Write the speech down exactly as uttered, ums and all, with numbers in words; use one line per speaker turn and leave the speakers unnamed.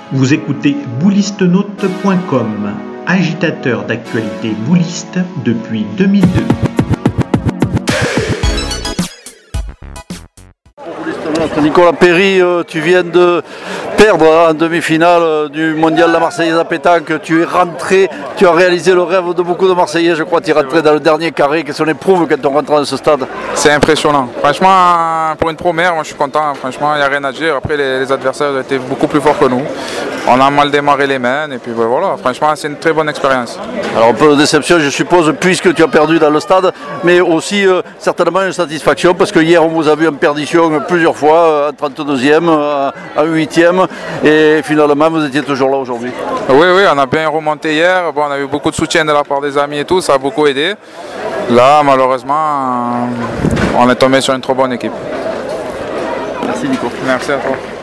Vous écoutez boulistenote point com, agitateur d'actualité bouliste depuis deux mille deux.
Nicolas Péry, tu viens de perdre en demi-finale du mondial de la Marseillaise à pétanque. Tu es rentré, tu as réalisé le rêve de beaucoup de Marseillais, je crois. Tu es rentré dans le dernier carré. Qu'est-ce qu'on éprouve quand on rentre dans ce stade?
C'est impressionnant. Franchement, pour une première, moi je suis content. Franchement, il n'y a rien à dire. Après, les, les adversaires étaient beaucoup plus forts que nous. On a mal démarré les mains et puis ben, voilà. Franchement, c'est une très bonne expérience.
Alors un peu de déception, je suppose, puisque tu as perdu dans le stade, mais aussi euh, certainement une satisfaction, parce que hier on vous a vu en perdition plusieurs fois, euh, en trente-deuxième, euh, en huitième, et finalement vous étiez toujours là aujourd'hui.
Oui, oui, on a bien remonté hier. Bon, on a eu beaucoup de soutien de la part des amis et tout, ça a beaucoup aidé. Là, malheureusement, on est tombé sur une trop bonne équipe.
Merci Nico.
Merci à toi.